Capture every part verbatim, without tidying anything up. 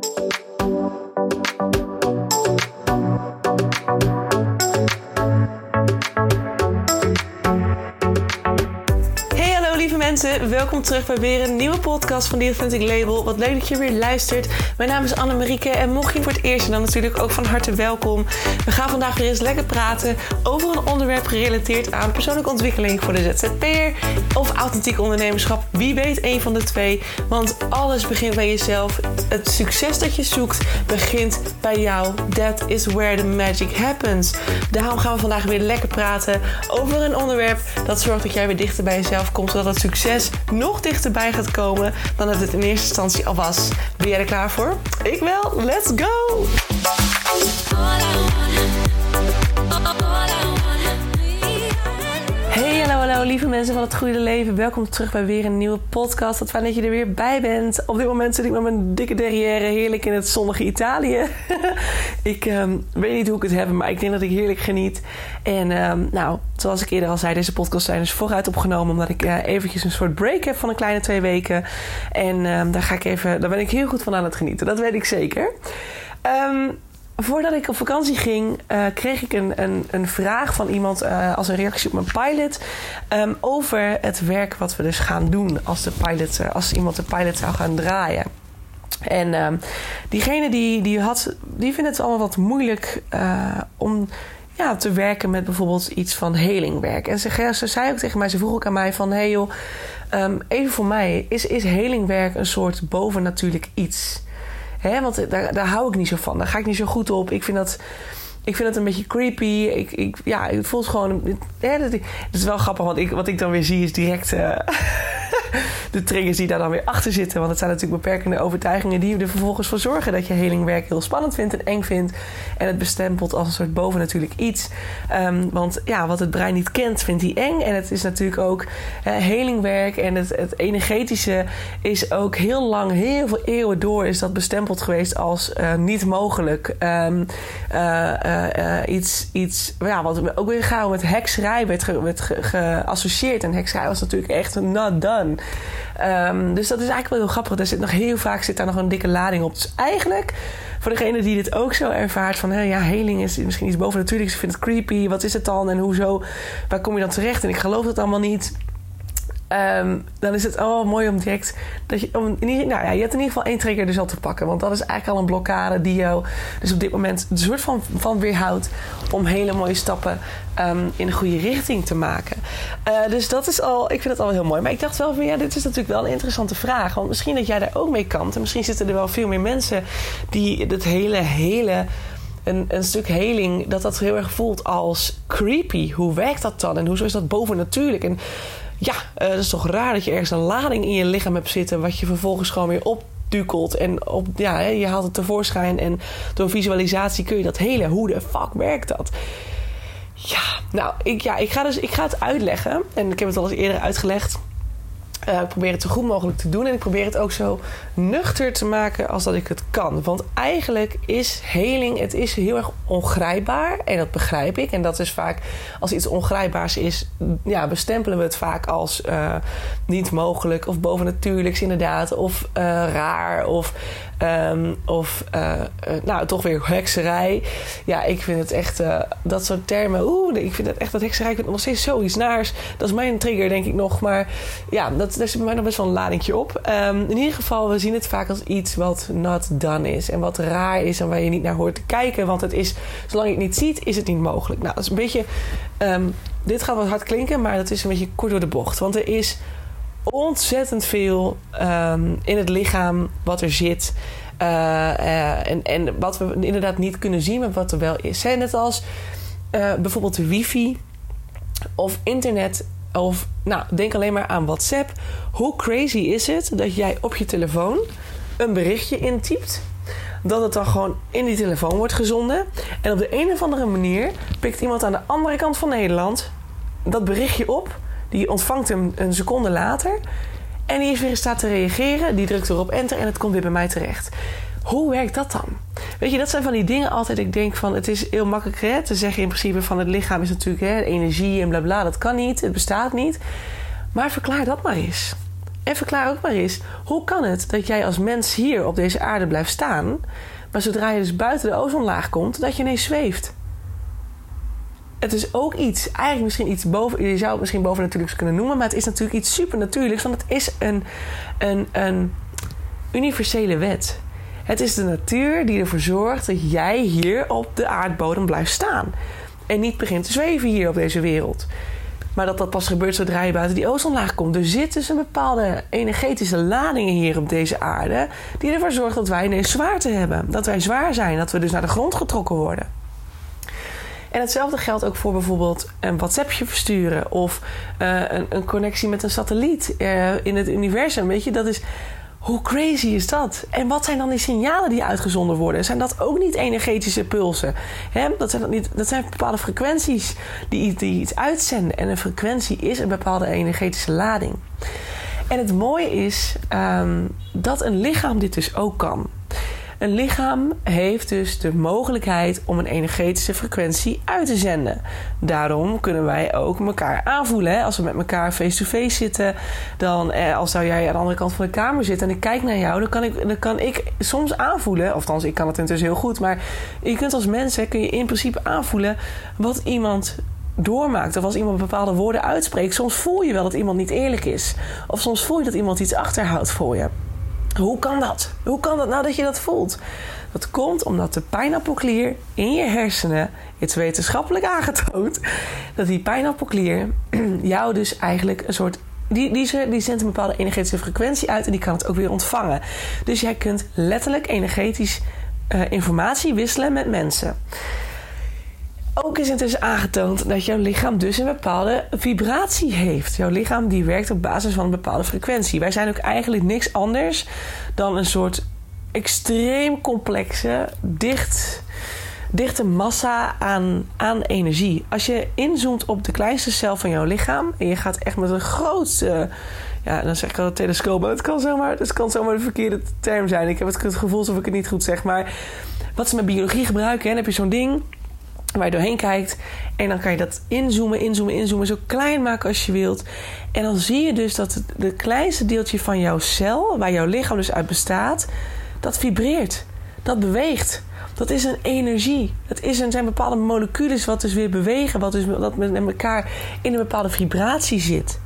Welkom terug bij weer een nieuwe podcast van The Authentic Label. Wat leuk dat je weer luistert. Mijn naam is Annemarieke en mocht je voor het eerst dan natuurlijk ook van harte welkom. We gaan vandaag weer eens lekker praten over een onderwerp gerelateerd aan persoonlijke ontwikkeling voor de Z Z P'er of authentiek ondernemerschap. Wie weet een van de twee, want alles begint bij jezelf. Het succes dat je zoekt begint bij jou. That is where the magic happens. Daarom gaan we vandaag weer lekker praten over een onderwerp dat zorgt dat jij weer dichter bij jezelf komt, zodat het succes nog dichterbij gaat komen dan het het in eerste instantie al was. Ben jij er klaar voor? Ik wel. Let's go! Hey, hallo, hallo, lieve mensen van het goede leven. Welkom terug bij weer een nieuwe podcast. Wat fijn dat je er weer bij bent. Op dit moment zit ik met mijn dikke derrière heerlijk in het zonnige Italië. ik um, weet niet hoe ik het heb, maar ik denk dat ik heerlijk geniet. En um, nou, zoals ik eerder al zei, deze podcast zijn dus vooruit opgenomen, omdat ik uh, eventjes een soort break heb van een kleine twee weken. En um, daar ga ik even, daar ben ik heel goed van aan het genieten. Dat weet ik zeker. Um, Voordat ik op vakantie ging, uh, kreeg ik een, een, een vraag van iemand uh, als een reactie op mijn pilot um, over het werk wat we dus gaan doen als, de pilot, uh, als iemand de pilot zou gaan draaien. En um, diegene die, die, had, die vindt het allemaal wat moeilijk uh, om ja, te werken met bijvoorbeeld iets van helingwerk. En ze, ze zei ook tegen mij, ze vroeg ook aan mij van, hey joh, um, even voor mij, is, is helingwerk een soort bovennatuurlijk iets? He, want daar, daar hou ik niet zo van. Daar ga ik niet zo goed op. Ik vind dat, ik vind dat een beetje creepy. Ik, ik, ja, het voelt gewoon... Hè, dat, het is wel grappig, want ik, wat ik dan weer zie is direct... Uh, de triggers die daar dan weer achter zitten. Want het zijn natuurlijk beperkende overtuigingen die er vervolgens voor zorgen dat je helingwerk heel spannend vindt en eng vindt. En het bestempelt als een soort bovennatuurlijk iets. Um, want ja, wat het brein niet kent, vindt hij eng. En het is natuurlijk ook uh, helingwerk en het, het energetische is ook heel lang, heel veel eeuwen door, is dat bestempeld geweest als uh, niet mogelijk. Um, uh, uh, uh, iets, iets ja, wat ook weer gauw met hekserij werd, ge, werd ge, geassocieerd. En hekserij was natuurlijk echt not done. Um, dus dat is eigenlijk wel heel grappig. Er zit nog heel vaak zit daar nog een dikke lading op. Dus eigenlijk, voor degene die dit ook zo ervaart, van hé, ja, heling is misschien iets bovennatuurlijks. Ik vind het creepy. Wat is het dan? En hoezo? Waar kom je dan terecht? En ik geloof het allemaal niet. Um, dan is het allemaal mooi om direct dat je, om, in ieder, nou ja, je hebt in ieder geval één trigger dus al te pakken, want dat is eigenlijk al een blokkade die jou dus op dit moment een soort van, van weerhoudt om hele mooie stappen um, in de goede richting te maken. Uh, dus dat is al, ik vind het al heel mooi. Maar ik dacht wel van ja, dit is natuurlijk wel een interessante vraag, want misschien dat jij daar ook mee kan. En misschien zitten er wel veel meer mensen die het hele, hele Een, een stuk heling, dat dat heel erg voelt als creepy. Hoe werkt dat dan? En hoezo is dat bovennatuurlijk? En ja, uh, het is toch raar dat je ergens een lading in je lichaam hebt zitten, wat je vervolgens gewoon weer opdukelt. En op, ja, je haalt het tevoorschijn. En door visualisatie kun je dat helen. Hoe de fuck werkt dat? Ja, nou, ik, ja, ik, ga dus, ik ga het uitleggen. En ik heb het al eens eerder uitgelegd. Uh, ik probeer het zo goed mogelijk te doen. En ik probeer het ook zo nuchter te maken als dat ik het kan. Want eigenlijk is heling, het is heel erg ongrijpbaar. En dat begrijp ik. En dat is vaak, als iets ongrijpbaars is, ja, bestempelen we het vaak als uh, niet mogelijk of bovennatuurlijks inderdaad. Of uh, raar. Of, um, of uh, uh, nou, toch weer hekserij. Ja, ik vind het echt, uh, dat soort termen. Oeh, ik vind het echt, dat hekserij, ik vind het nog steeds zoiets naars. Dat is mijn trigger, denk ik nog. Maar ja, dat daar zit bij mij nog best wel een ladingje op. Um, in ieder geval, we zien het vaak als iets wat not done is. En wat raar is en waar je niet naar hoort te kijken. Want het is, zolang je het niet ziet, is het niet mogelijk. Nou, dat is een beetje... Um, dit gaat wat hard klinken, maar dat is een beetje kort door de bocht. Want er is ontzettend veel um, in het lichaam wat er zit. Uh, uh, en, en wat we inderdaad niet kunnen zien, maar wat er wel is. Hè? Net als uh, bijvoorbeeld de wifi of internet. Of, nou, denk alleen maar aan WhatsApp. Hoe crazy is het dat jij op je telefoon een berichtje intypt, dat het dan gewoon in die telefoon wordt gezonden. En op de een of andere manier pikt iemand aan de andere kant van Nederland dat berichtje op. Die ontvangt hem een seconde later. En die is weer in staat te reageren. Die drukt erop enter en het komt weer bij mij terecht. Hoe werkt dat dan? Weet je, dat zijn van die dingen altijd. Ik denk van, het is heel makkelijk hè, te zeggen in principe van het lichaam is natuurlijk hè, energie en bla bla. Dat kan niet, het bestaat niet. Maar verklaar dat maar eens. En verklaar ook maar eens, hoe kan het dat jij als mens hier op deze aarde blijft staan, maar zodra je dus buiten de ozonlaag komt, dat je ineens zweeft? Het is ook iets, eigenlijk misschien iets boven, je zou het misschien bovennatuurlijks kunnen noemen, maar het is natuurlijk iets supernatuurlijks, want het is een, een, een universele wet. Het is de natuur die ervoor zorgt dat jij hier op de aardbodem blijft staan. En niet begint te zweven hier op deze wereld. Maar dat dat pas gebeurt zodra je buiten die ozonlaag komt. Er zit dus een bepaalde energetische ladingen hier op deze aarde die ervoor zorgt dat wij ineens zwaarte hebben. Dat wij zwaar zijn, dat we dus naar de grond getrokken worden. En hetzelfde geldt ook voor bijvoorbeeld een WhatsAppje versturen of uh, een, een connectie met een satelliet uh, in het universum. Weet je, dat is... Hoe crazy is dat? En wat zijn dan die signalen die uitgezonden worden? Zijn dat ook niet energetische pulsen? He? Dat, zijn dat, niet, dat zijn bepaalde frequenties die, die iets uitzenden. En een frequentie is een bepaalde energetische lading. En het mooie is um, dat een lichaam dit dus ook kan. Een lichaam heeft dus de mogelijkheid om een energetische frequentie uit te zenden. Daarom kunnen wij ook elkaar aanvoelen. Hè? Als we met elkaar face-to-face zitten, dan eh, als zou jij aan de andere kant van de kamer zitten en ik kijk naar jou, dan kan ik, dan kan ik soms aanvoelen, of althans ik kan het intussen heel goed, maar je kunt als mens, hè, kun je in principe aanvoelen wat iemand doormaakt. Of als iemand bepaalde woorden uitspreekt, soms voel je wel dat iemand niet eerlijk is. Of soms voel je dat iemand iets achterhoudt voor je. Hoe kan dat? Hoe kan dat nou dat je dat voelt? Dat komt omdat de pijnappelklier in je hersenen, het is wetenschappelijk aangetoond, dat die pijnappelklier jou dus eigenlijk een soort... Die, die, die zendt een bepaalde energetische frequentie uit en die kan het ook weer ontvangen. Dus jij kunt letterlijk energetisch uh, informatie wisselen met mensen. Ook is intussen aangetoond dat jouw lichaam dus een bepaalde vibratie heeft. Jouw lichaam die werkt op basis van een bepaalde frequentie. Wij zijn ook eigenlijk niks anders dan een soort extreem complexe, dicht, dichte massa aan, aan energie. Als je inzoomt op de kleinste cel van jouw lichaam en je gaat echt met een grootste... Ja, dan zeg ik al een telescoop, maar het kan zomaar, het kan zomaar de verkeerde term zijn. Ik heb het gevoel alsof ik het niet goed zeg, maar wat ze met biologie gebruiken, hè, dan heb je zo'n ding waar je doorheen kijkt en dan kan je dat inzoomen, inzoomen, inzoomen, zo klein maken als je wilt. En dan zie je dus dat het de kleinste deeltje van jouw cel, waar jouw lichaam dus uit bestaat, dat vibreert, dat beweegt. Dat is een energie. Dat is een, zijn bepaalde moleculen wat dus weer bewegen, wat dus dat met elkaar in een bepaalde vibratie zit.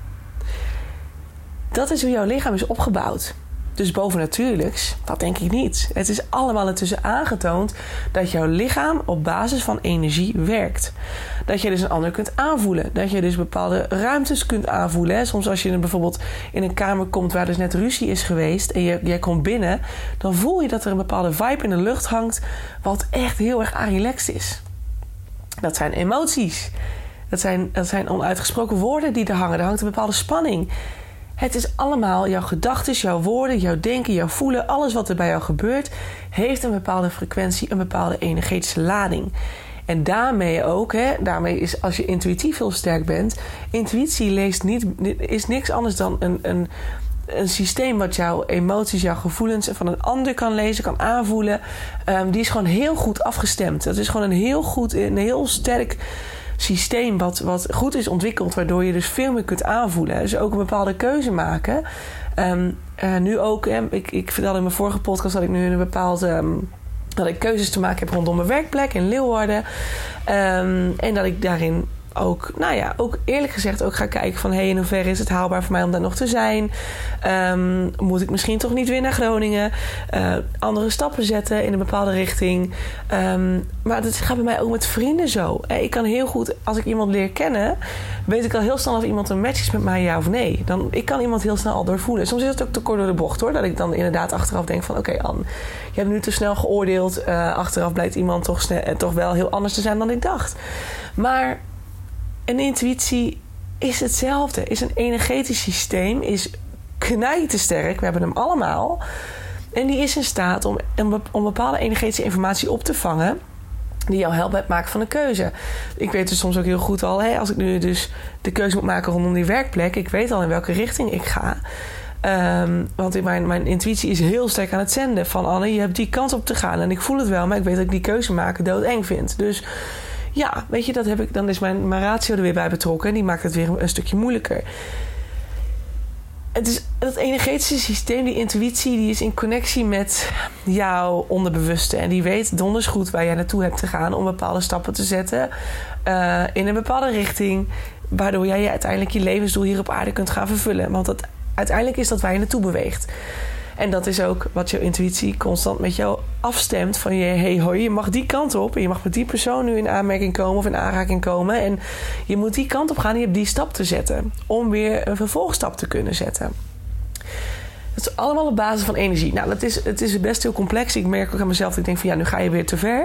Dat is hoe jouw lichaam is opgebouwd. Dus bovennatuurlijks, dat denk ik niet. Het is allemaal intussen aangetoond dat jouw lichaam op basis van energie werkt. Dat je dus een ander kunt aanvoelen. Dat je dus bepaalde ruimtes kunt aanvoelen. Hè. Soms als je bijvoorbeeld in een kamer komt waar dus net ruzie is geweest en je, jij komt binnen, dan voel je dat er een bepaalde vibe in de lucht hangt wat echt heel erg relaxed is. Dat zijn emoties. Dat zijn, dat zijn onuitgesproken woorden die er hangen. Er hangt een bepaalde spanning. Het is allemaal jouw gedachten, jouw woorden, jouw denken, jouw voelen. Alles wat er bij jou gebeurt, heeft een bepaalde frequentie, een bepaalde energetische lading. En daarmee ook, hè, daarmee is als je intuïtief heel sterk bent, intuïtie leest niet, is niks anders dan een, een, een systeem wat jouw emoties, jouw gevoelens van een ander kan lezen, kan aanvoelen. Um, die is gewoon heel goed afgestemd. Dat is gewoon een heel goed, een heel sterk systeem wat, wat goed is ontwikkeld, waardoor je dus veel meer kunt aanvoelen. Dus ook een bepaalde keuze maken. Um, uh, nu ook, hè, ik, ik vertelde in mijn vorige podcast dat ik nu een bepaald Um, dat ik keuzes te maken heb rondom mijn werkplek in Leeuwarden. Um, en dat ik daarin ook, nou ja, ook eerlijk gezegd ook ga kijken van, hey, in hoeverre is het haalbaar voor mij om daar nog te zijn? Um, moet ik misschien toch niet weer naar Groningen? Uh, andere stappen zetten in een bepaalde richting. Um, maar dat gaat bij mij ook met vrienden zo. Ik kan heel goed, als ik iemand leer kennen, weet ik al heel snel of iemand een match is met mij, ja of nee. Dan, ik kan iemand heel snel al doorvoelen. Soms is het ook te kort door de bocht, hoor. Dat ik dan inderdaad achteraf denk van, oké, okay, Anne, je hebt nu te snel geoordeeld. Uh, achteraf blijkt iemand toch, snel, uh, toch wel heel anders te zijn dan ik dacht. Maar een intuïtie is hetzelfde. Is een energetisch systeem. Is knijtersterk. We hebben hem allemaal. En die is in staat om, om bepaalde energetische informatie op te vangen, die jou helpt bij het maken van een keuze. Ik weet dus soms ook heel goed al, hè, als ik nu dus de keuze moet maken rondom die werkplek, ik weet al in welke richting ik ga. Um, want mijn, mijn intuïtie is heel sterk aan het zenden van, Anne, je hebt die kant op te gaan. En ik voel het wel, maar ik weet dat ik die keuze maken doodeng vind. Dus ja, weet je, dat heb ik, dan is mijn, mijn ratio er weer bij betrokken en die maakt het weer een, een stukje moeilijker. het is dat energetische systeem, die intuïtie, die is in connectie met jouw onderbewuste. En die weet donders goed waar jij naartoe hebt te gaan om bepaalde stappen te zetten uh, in een bepaalde richting, waardoor jij uiteindelijk je levensdoel hier op aarde kunt gaan vervullen. Want dat, uiteindelijk is dat waar je naartoe beweegt. En dat is ook wat jouw intuïtie constant met jou afstemt. Van je, hey hoi, je mag die kant op. En je mag met die persoon nu in aanmerking komen of in aanraking komen. En je moet die kant op gaan en je hebt die stap te zetten. Om weer een vervolgstap te kunnen zetten. Dat is allemaal op basis van energie. Nou, dat is, het is best heel complex. Ik merk ook aan mezelf dat ik denk van ja, nu ga je weer te ver.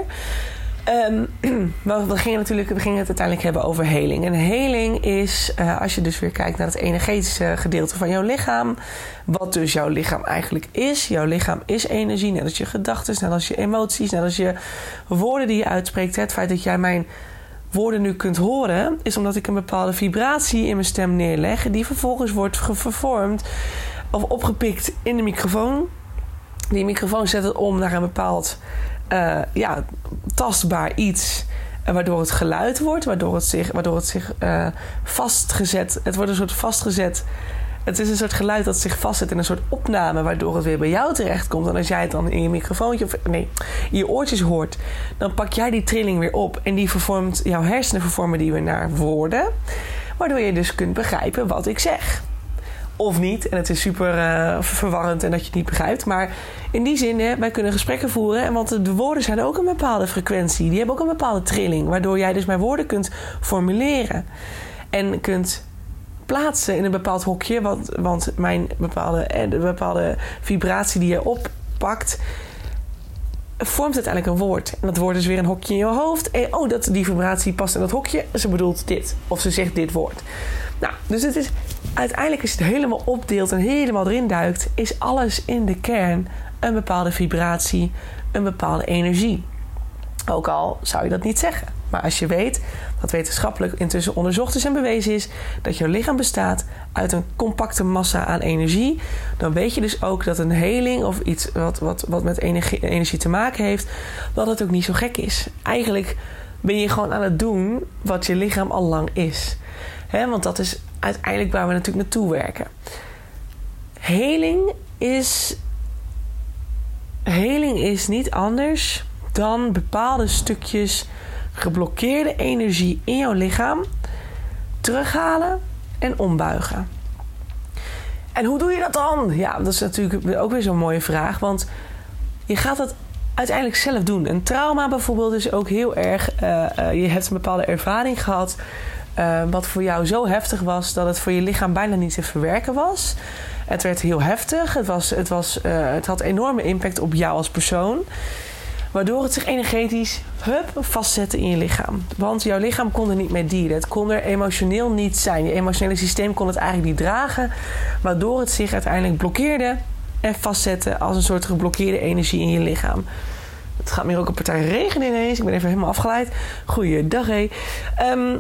Um, we, we, gingen natuurlijk, we gingen het uiteindelijk hebben over heling. En heling is, uh, als je dus weer kijkt naar het energetische gedeelte van jouw lichaam. Wat dus jouw lichaam eigenlijk is. Jouw lichaam is energie, net als je gedachten, net als je emoties, net als je woorden die je uitspreekt. Het feit dat jij mijn woorden nu kunt horen, is omdat ik een bepaalde vibratie in mijn stem neerleg. Die vervolgens wordt vervormd of opgepikt in de microfoon. Die microfoon zet het om naar een bepaald Uh, ja, tastbaar iets, uh, waardoor het geluid wordt, waardoor het zich, waardoor het zich uh, vastgezet, het wordt een soort vastgezet, het is een soort geluid dat zich vastzet in een soort opname, waardoor het weer bij jou terechtkomt. En als jij het dan in je microfoontje of nee, in je oortjes hoort, dan pak jij die trilling weer op en die vervormt, jouw hersenen vervormen die weer naar woorden, waardoor je dus kunt begrijpen wat ik zeg. Of niet. En het is super uh, verwarrend en dat je het niet begrijpt. Maar in die zin, hè, wij kunnen gesprekken voeren. En want de woorden zijn ook een bepaalde frequentie. Die hebben ook een bepaalde trilling. Waardoor jij dus mijn woorden kunt formuleren. En kunt plaatsen in een bepaald hokje. Want, want mijn bepaalde, eh, de bepaalde vibratie die je oppakt, vormt uiteindelijk een woord. En dat woord is weer een hokje in je hoofd. En oh, dat, die vibratie past in dat hokje. Ze bedoelt dit. Of ze zegt dit woord. Nou, dus het is uiteindelijk als je het helemaal opdeelt en helemaal erin duikt, is alles in de kern een bepaalde vibratie, een bepaalde energie. Ook al zou je dat niet zeggen. Maar als je weet dat wetenschappelijk intussen onderzocht is en bewezen is dat jouw lichaam bestaat uit een compacte massa aan energie, dan weet je dus ook dat een heling of iets wat, wat, wat met energie, energie te maken heeft, dat het ook niet zo gek is. Eigenlijk ben je gewoon aan het doen wat je lichaam al lang is. He, want dat is uiteindelijk waar we natuurlijk naartoe werken. Heling is, heling is niet anders dan bepaalde stukjes geblokkeerde energie in jouw lichaam terughalen en ombuigen. En hoe doe je dat dan? Ja, dat is natuurlijk ook weer zo'n mooie vraag. Want je gaat het uiteindelijk zelf doen. Een trauma bijvoorbeeld is ook heel erg, Uh, uh, je hebt een bepaalde ervaring gehad, Uh, wat voor jou zo heftig was dat het voor je lichaam bijna niet te verwerken was. Het werd heel heftig. Het, was, het, was, uh, het had enorme impact op jou als persoon. Waardoor het zich energetisch hup, vastzette in je lichaam. Want jouw lichaam kon er niet mee dealen. Het kon er emotioneel niet zijn. Je emotionele systeem kon het eigenlijk niet dragen. Waardoor het zich uiteindelijk blokkeerde en vastzette als een soort geblokkeerde energie in je lichaam. Het gaat meer ook een partij regen ineens. Ik ben even helemaal afgeleid. Goeiedag hé. Um,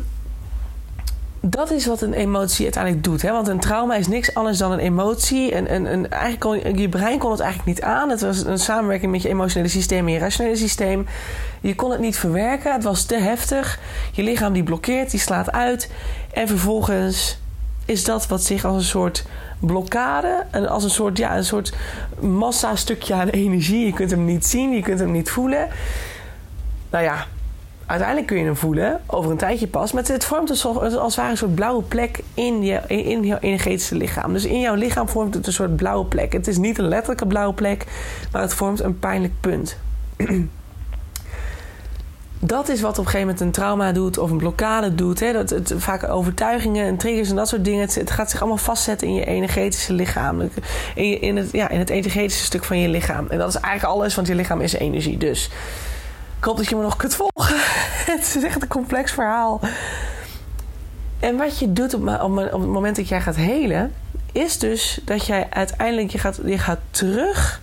Dat is wat een emotie uiteindelijk doet. Hè? Want een trauma is niks anders dan een emotie. En, en, en eigenlijk kon, je brein kon het eigenlijk niet aan. Het was een samenwerking met je emotionele systeem en je rationele systeem. Je kon het niet verwerken. Het was te heftig. Je lichaam die blokkeert, die slaat uit. En vervolgens is dat wat zich als een soort blokkade, en als een soort, ja, een soort massa-stukje aan energie. Je kunt hem niet zien, je kunt hem niet voelen. Nou ja, uiteindelijk kun je hem voelen, over een tijdje pas. Maar het vormt dus als het ware een soort blauwe plek in, je, in jouw energetische lichaam. Dus in jouw lichaam vormt het een soort blauwe plek. Het is niet een letterlijke blauwe plek, maar het vormt een pijnlijk punt. Dat is wat op een gegeven moment een trauma doet of een blokkade doet. Hè? Dat het, vaak overtuigingen en triggers en dat soort dingen. Het, het gaat zich allemaal vastzetten in je energetische lichaam. In, je, in, het, ja, in het energetische stuk van je lichaam. En dat is eigenlijk alles, want je lichaam is energie. Dus ik hoop dat je me nog kunt volgen. Het is echt een complex verhaal. En wat je doet op, op, op het moment dat jij gaat helen, is dus dat jij uiteindelijk je gaat, je gaat terug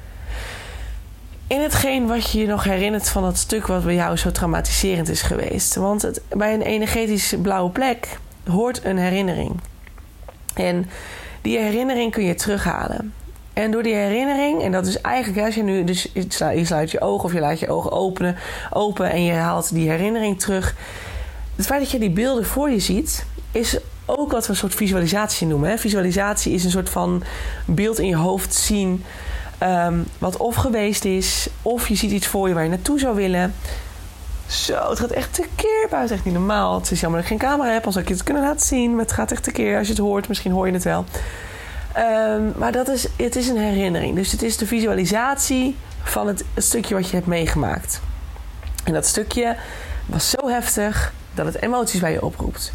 in hetgeen wat je je nog herinnert van het stuk wat bij jou zo traumatiserend is geweest. Want het, bij een energetische blauwe plek hoort een herinnering. En die herinnering kun je terughalen. En door die herinnering, en dat is eigenlijk, als je nu, dus je sluit je ogen of je laat je ogen openen, open en je haalt die herinnering terug. Het feit dat je die beelden voor je ziet, is ook wat we een soort visualisatie noemen. Hè? Visualisatie is een soort van beeld in je hoofd zien. Um, wat of geweest is. Of je ziet iets voor je waar je naartoe zou willen. Zo, het gaat echt tekeer buiten. Echt niet normaal. Het is jammer dat ik geen camera heb. Anders zou ik je het kunnen laten zien. Maar het gaat echt tekeer. Als je het hoort, misschien hoor je het wel. Um, maar dat is, het is een herinnering. Dus het is de visualisatie van het, het stukje wat je hebt meegemaakt. En dat stukje was zo heftig dat het emoties bij je oproept.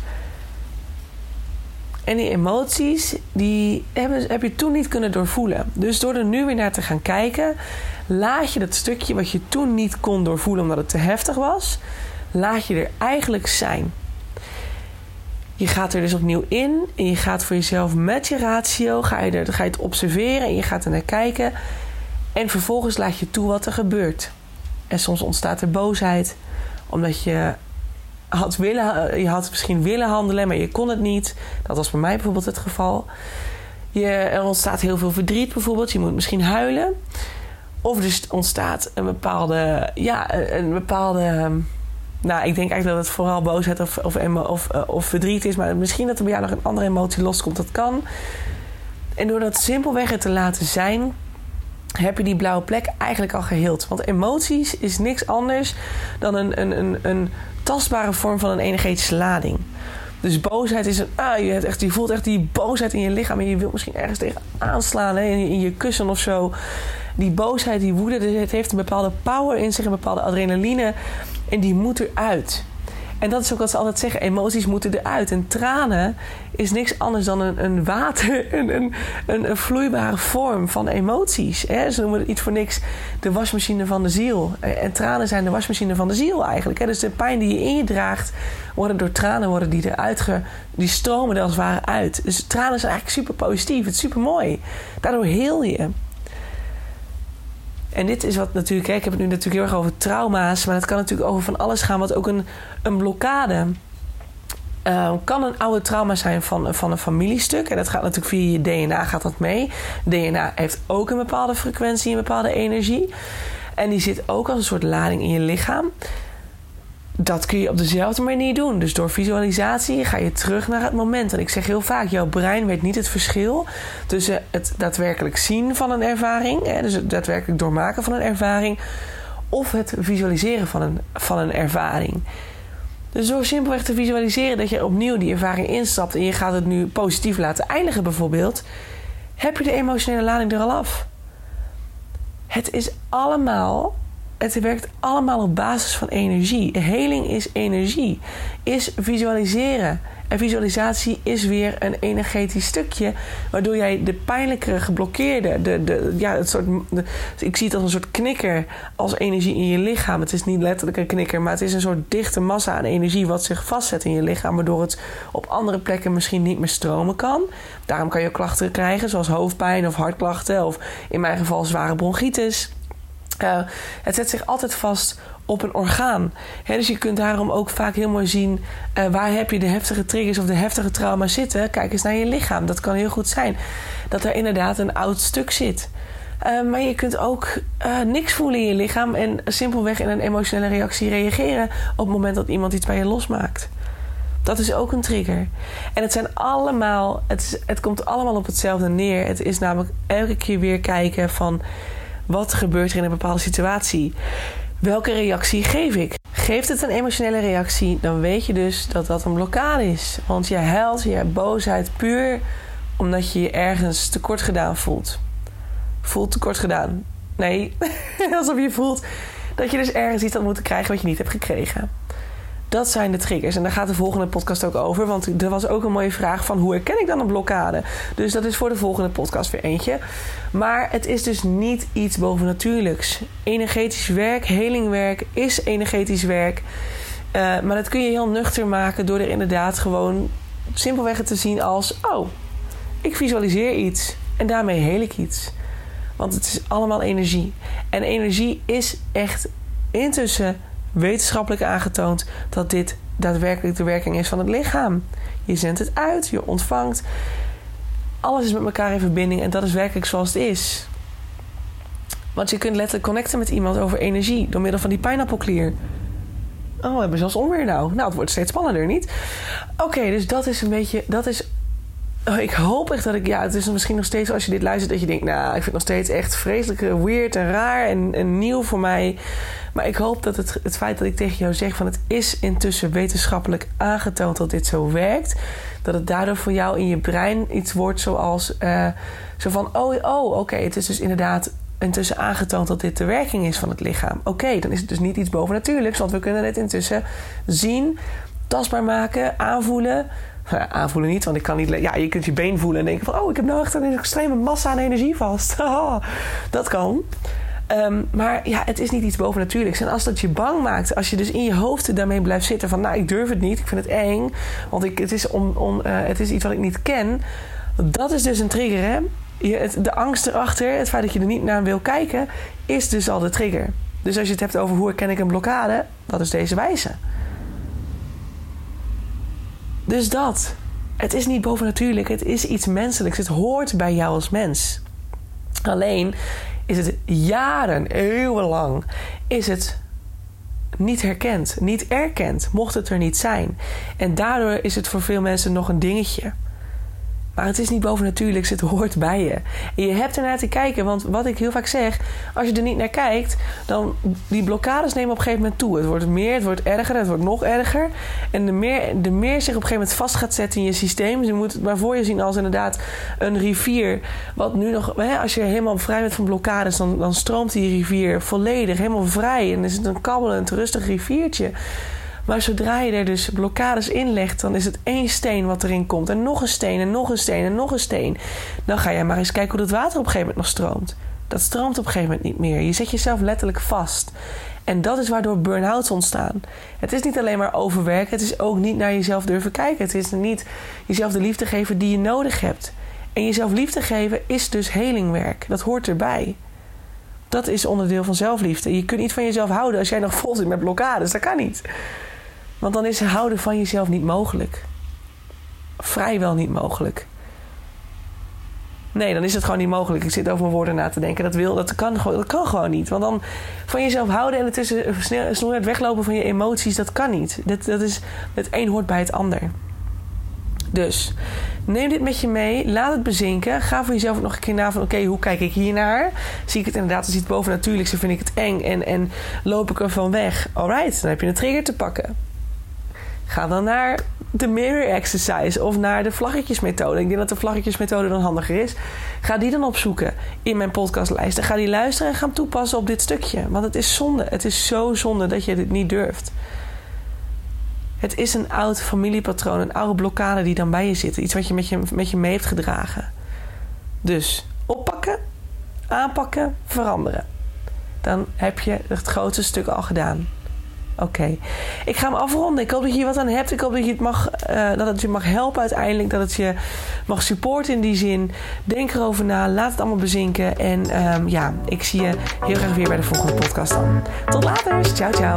En die emoties, die hebben, heb je toen niet kunnen doorvoelen. Dus door er nu weer naar te gaan kijken, laat je dat stukje wat je toen niet kon doorvoelen omdat het te heftig was, laat je er eigenlijk zijn. Je gaat er dus opnieuw in en je gaat voor jezelf met je ratio, ga je, er, ga je het observeren en je gaat er naar kijken. En vervolgens laat je toe wat er gebeurt. En soms ontstaat er boosheid, omdat je had, willen, je had misschien willen handelen, maar je kon het niet. Dat was bij mij bijvoorbeeld het geval. Je, er ontstaat heel veel verdriet bijvoorbeeld. Je moet misschien huilen. Of er ontstaat een bepaalde... Ja, een bepaalde... Nou, ik denk eigenlijk dat het vooral boosheid of, of, of, of verdriet is. Maar misschien dat er bij jou nog een andere emotie loskomt. Dat kan. En door dat simpelweg er te laten zijn, heb je die blauwe plek eigenlijk al geheeld. Want emoties is niks anders dan een, een, een, een tastbare vorm van een energetische lading. Dus boosheid is een... Ah, je, hebt echt, je voelt echt die boosheid in je lichaam. En je wilt misschien ergens tegen aanslaan. Hè, in, je, in je kussen of zo. Die boosheid, die woede. Dus het heeft een bepaalde power in zich. Een bepaalde adrenaline. En die moet eruit. En dat is ook wat ze altijd zeggen. Emoties moeten eruit. En tranen is niks anders dan een, een water. Een, een, een, een vloeibare vorm van emoties. Hè? Ze noemen het iets voor niks de wasmachine van de ziel. En tranen zijn de wasmachine van de ziel eigenlijk. Hè? Dus de pijn die je in je draagt, worden door tranen worden die eruit ge, die stromen er als het ware uit. Dus tranen zijn eigenlijk super positief. Het is super mooi. Daardoor heel je. En dit is wat natuurlijk... Hè, ik heb het nu natuurlijk heel erg over trauma's. Maar het kan natuurlijk over van alles gaan. Wat ook een, een blokkade... Uh, kan een oude trauma zijn van, van een familiestuk. En dat gaat natuurlijk via je D N A gaat dat mee. D N A heeft ook een bepaalde frequentie, een bepaalde energie. En die zit ook als een soort lading in je lichaam. Dat kun je op dezelfde manier doen. Dus door visualisatie ga je terug naar het moment. En ik zeg heel vaak, jouw brein weet niet het verschil tussen het daadwerkelijk zien van een ervaring, hè, dus het daadwerkelijk doormaken van een ervaring, of het visualiseren van een, van een ervaring. Dus door simpelweg te visualiseren dat je opnieuw die ervaring instapt en je gaat het nu positief laten eindigen bijvoorbeeld, heb je de emotionele lading er al af. Het is allemaal... Het werkt allemaal op basis van energie. Heling is energie. Is visualiseren. En visualisatie is weer een energetisch stukje, waardoor jij de pijnlijke, geblokkeerde, de, de, ja, het soort, de, ik zie het als een soort knikker als energie in je lichaam. Het is niet letterlijk een knikker, maar het is een soort dichte massa aan energie wat zich vastzet in je lichaam, waardoor het op andere plekken misschien niet meer stromen kan. Daarom kan je klachten krijgen, zoals hoofdpijn of hartklachten, of in mijn geval zware bronchitis. Uh, het zet zich altijd vast op een orgaan. He, dus je kunt daarom ook vaak heel mooi zien, Uh, waar heb je de heftige triggers of de heftige trauma's zitten. Kijk eens naar je lichaam. Dat kan heel goed zijn. Dat er inderdaad een oud stuk zit. Uh, maar je kunt ook uh, niks voelen in je lichaam en simpelweg in een emotionele reactie reageren op het moment dat iemand iets bij je losmaakt. Dat is ook een trigger. En het zijn allemaal, het, is, het komt allemaal op hetzelfde neer. Het is namelijk elke keer weer kijken van, wat gebeurt er in een bepaalde situatie? Welke reactie geef ik? Geeft het een emotionele reactie, dan weet je dus dat dat een blokkade is. Want je huilt, je hebt boosheid puur omdat je je ergens tekort gedaan voelt. Voelt tekort gedaan. Nee, alsof je voelt dat je dus ergens iets had moeten krijgen wat je niet hebt gekregen. Dat zijn de triggers. En daar gaat de volgende podcast ook over. Want er was ook een mooie vraag van, hoe herken ik dan een blokkade? Dus dat is voor de volgende podcast weer eentje. Maar het is dus niet iets bovennatuurlijks. Energetisch werk, helingwerk is energetisch werk. Uh, maar dat kun je heel nuchter maken door er inderdaad gewoon simpelweg het te zien als, oh, ik visualiseer iets en daarmee heel ik iets. Want het is allemaal energie. En energie is echt intussen wetenschappelijk aangetoond dat dit daadwerkelijk de werking is van het lichaam. Je zendt het uit, je ontvangt. Alles is met elkaar in verbinding en dat is werkelijk zoals het is. Want je kunt letterlijk connecten met iemand over energie door middel van die pijnappelklier. Oh, we hebben zelfs onweer nou. Nou, het wordt steeds spannender, niet? Oké, okay, dus dat is een beetje... Dat is... Oh, ik hoop echt dat ik... Ja, het is misschien nog steeds als je dit luistert... dat je denkt, nou, ik vind het nog steeds echt vreselijk weird en raar en, en nieuw voor mij. Maar ik hoop dat het, het feit dat ik tegen jou zeg... van het is intussen wetenschappelijk aangetoond dat dit zo werkt... dat het daardoor voor jou in je brein iets wordt zoals... Uh, zo van, oh, oh oké, okay, het is dus inderdaad... intussen aangetoond dat dit de werking is van het lichaam. Oké, okay, dan is het dus niet iets bovennatuurlijks... want we kunnen het intussen zien, tastbaar maken, aanvoelen... Ja, aanvoelen niet, want ik kan niet... Ja, je kunt je been voelen en denken van... oh, ik heb nou echt een extreme massa aan energie vast. Dat kan. Um, maar ja, het is niet iets bovennatuurlijks. En als dat je bang maakt... als je dus in je hoofd daarmee blijft zitten van... nou, ik durf het niet, ik vind het eng... want ik, het, is on, on, uh, het is iets wat ik niet ken... dat is dus een trigger, hè? Je, het, de angst erachter, het feit dat je er niet naar wil kijken... is dus al de trigger. Dus als je het hebt over hoe herken ik een blokkade... dat is deze wijze. Dus dat. Het is niet bovennatuurlijk. Het is iets menselijks. Het hoort bij jou als mens. Alleen is het jaren, eeuwenlang... is het niet herkend, niet erkend. Mocht het er niet zijn. En daardoor is het voor veel mensen nog een dingetje. Maar het is niet bovennatuurlijks, het hoort bij je. En je hebt ernaar te kijken, want wat ik heel vaak zeg... als je er niet naar kijkt, dan... die blokkades nemen op een gegeven moment toe. Het wordt meer, het wordt erger, het wordt nog erger. En de meer, de meer zich op een gegeven moment vast gaat zetten in je systeem... je moet het maar voor je zien als inderdaad een rivier... wat nu nog... Hè, als je helemaal vrij bent van blokkades... Dan, dan stroomt die rivier volledig, helemaal vrij... en is het een kabbelend, rustig riviertje... Maar zodra je er dus blokkades in legt... dan is het één steen wat erin komt. En nog een steen en nog een steen en nog een steen. Dan ga je maar eens kijken hoe dat water op een gegeven moment nog stroomt. Dat stroomt op een gegeven moment niet meer. Je zet jezelf letterlijk vast. En dat is waardoor burn-outs ontstaan. Het is niet alleen maar overwerken. Het is ook niet naar jezelf durven kijken. Het is niet jezelf de liefde geven die je nodig hebt. En jezelf liefde geven is dus helingwerk. Dat hoort erbij. Dat is onderdeel van zelfliefde. Je kunt niet van jezelf houden als jij nog vol zit met blokkades. Dat kan niet. Want dan is houden van jezelf niet mogelijk. Vrijwel niet mogelijk. Nee, dan is het gewoon niet mogelijk. Ik zit over mijn woorden na te denken. Dat, wil, dat, kan, dat kan gewoon niet. Want dan van jezelf houden en ertussen snel het weglopen van je emoties, dat kan niet. Dat, dat is, het een hoort bij het ander. Dus neem dit met je mee. Laat het bezinken. Ga voor jezelf nog een keer na van... oké, okay, hoe kijk ik hiernaar? Zie ik het inderdaad als iets bovennatuurlijks... en vind ik het eng en, en loop ik ervan weg? Alright, dan heb je een trigger te pakken. Ga dan naar de mirror exercise... of naar de vlaggetjesmethode. Ik denk dat de vlaggetjesmethode dan handiger is. Ga die dan opzoeken in mijn podcastlijst. Ga die luisteren en ga hem toepassen op dit stukje. Want het is zonde. Het is zo zonde dat je dit niet durft. Het is een oud familiepatroon, een oude blokkade die dan bij je zit. Iets wat je met je, met je mee hebt gedragen. Dus oppakken, aanpakken, veranderen. Dan heb je het grootste stuk al gedaan. Oké. Okay. Ik ga hem afronden. Ik hoop dat je hier wat aan hebt. Ik hoop dat, je het mag, uh, dat het je mag helpen uiteindelijk. Dat het je mag supporten in die zin. Denk erover na. Laat het allemaal bezinken. En um, ja, ik zie je heel graag weer bij de volgende podcast dan. Tot later. Ciao, ciao.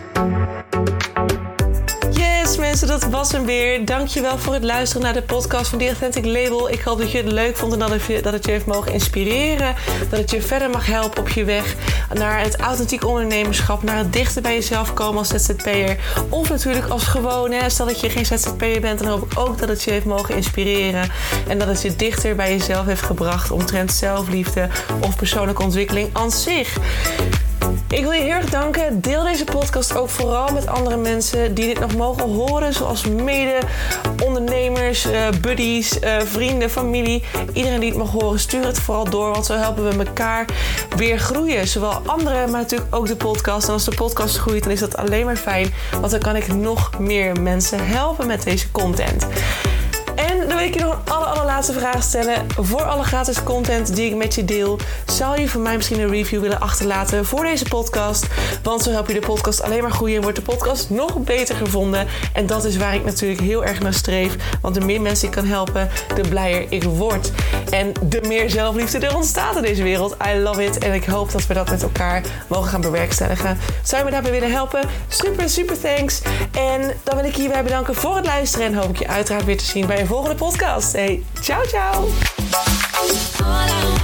Mensen, dat was hem weer. Dankjewel voor het luisteren naar de podcast van The Authentic Label. Ik hoop dat je het leuk vond en dat het je, dat het je heeft mogen inspireren. Dat het je verder mag helpen op je weg naar het authentiek ondernemerschap. Naar het dichter bij jezelf komen als Z Z P'er. Of natuurlijk als gewoon. Hè. Stel dat je geen Z Z P'er bent, dan hoop ik ook dat het je heeft mogen inspireren. En dat het je dichter bij jezelf heeft gebracht omtrent zelfliefde of persoonlijke ontwikkeling aan zich. Ik wil je heel erg danken. Deel deze podcast ook vooral met andere mensen die dit nog mogen horen. Zoals mede-ondernemers, uh, buddies, uh, vrienden, familie. Iedereen die het mag horen, stuur het vooral door. Want zo helpen we elkaar weer groeien. Zowel anderen, maar natuurlijk ook de podcast. En als de podcast groeit, dan is dat alleen maar fijn. Want dan kan ik nog meer mensen helpen met deze content. En dan wil ik je nog een aller, allerlaatste vraag stellen. Voor alle gratis content die ik met je deel, zou je voor mij misschien een review willen achterlaten voor deze podcast? Want zo help je de podcast alleen maar groeien en wordt de podcast nog beter gevonden. En dat is waar ik natuurlijk heel erg naar streef. Want de meer mensen ik kan helpen, de blijer ik word. En de meer zelfliefde er ontstaat in deze wereld. I love it. En ik hoop dat we dat met elkaar mogen gaan bewerkstelligen. Zou je me daarbij willen helpen? Super, super thanks. En dan wil ik je hierbij bedanken voor het luisteren. En hoop ik je uiteraard weer te zien bij een volgende podcast. Hey, ciao, ciao!